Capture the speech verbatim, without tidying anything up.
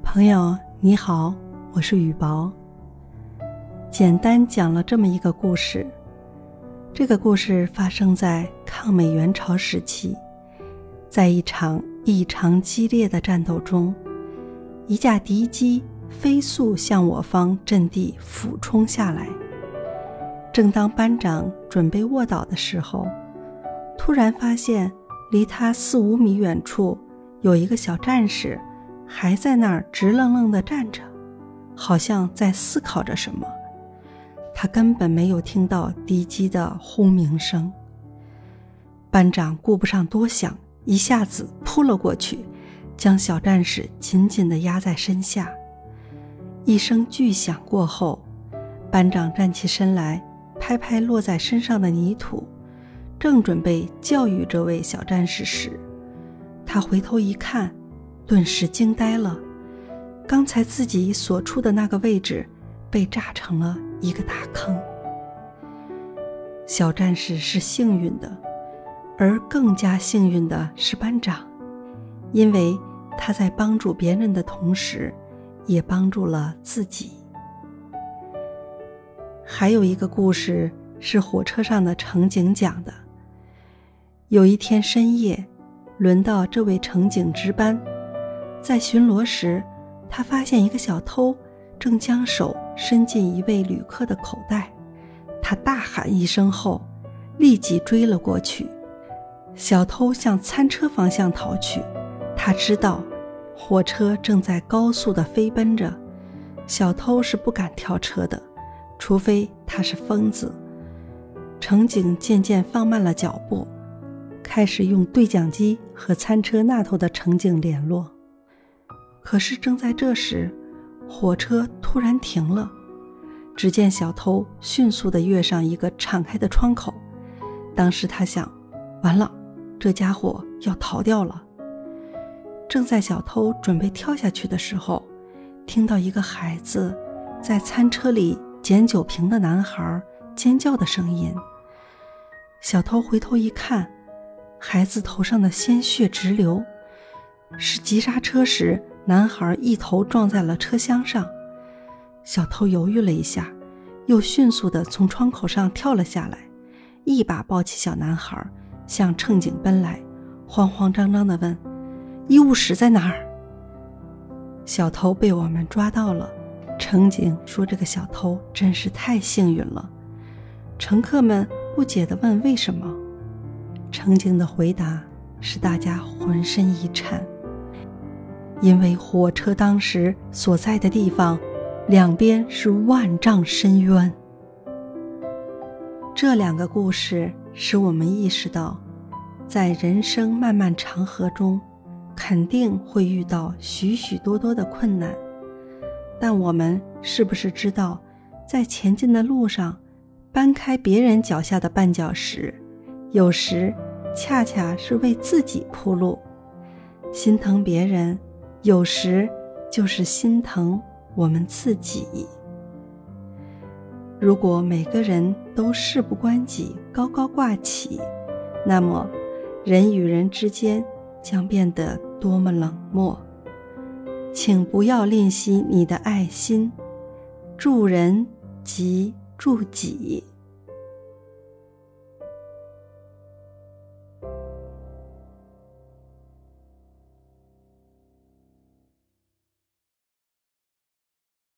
朋友你好，我是雨薄。简单讲了这么一个故事，这个故事发生在抗美援朝时期，在一场异常激烈的战斗中，一架敌机飞速向我方阵地俯冲下来。正当班长准备卧倒的时候，突然发现离他四五米远处有一个小战士还在那儿直愣愣地站着，好像在思考着什么。他根本没有听到敌机的轰鸣声。班长顾不上多想，一下子扑了过去，将小战士紧紧地压在身下。一声巨响过后，班长站起身来，拍拍落在身上的泥土，正准备教育这位小战士时，他回头一看，顿时惊呆了。刚才自己所处的那个位置被炸成了一个大坑。小战士是幸运的，而更加幸运的是班长，因为他在帮助别人的同时也帮助了自己。还有一个故事是火车上的乘警讲的。有一天深夜，轮到这位乘警值班，在巡逻时，他发现一个小偷正将手伸进一位旅客的口袋，他大喊一声后立即追了过去。小偷向餐车方向逃去，他知道火车正在高速地飞奔着，小偷是不敢跳车的，除非他是疯子。乘警渐渐放慢了脚步，开始用对讲机和餐车那头的乘警联络。可是正在这时，火车突然停了，只见小偷迅速地跃上一个敞开的窗口。当时他想，完了，这家伙要逃掉了。正在小偷准备跳下去的时候，听到一个孩子在餐车里捡酒瓶的男孩尖叫的声音。小偷回头一看，孩子头上的鲜血直流，是急刹车时男孩一头撞在了车厢上。小偷犹豫了一下，又迅速地从窗口上跳了下来，一把抱起小男孩，向乘警奔来，慌慌张张地问：医务室在哪儿？小偷被我们抓到了。乘警说这个小偷真是太幸运了。乘客们不解地问为什么？乘警的回答使大家浑身一颤，因为火车当时所在的地方两边是万丈深渊。这两个故事使我们意识到，在人生漫漫长河中肯定会遇到许许多多的困难，但我们是不是知道，在前进的路上搬开别人脚下的绊脚石，有时恰恰是为自己铺路。心疼别人，有时就是心疼我们自己。如果每个人都事不关己，高高挂起，那么人与人之间将变得多么冷漠。请不要吝惜你的爱心，助人即助己。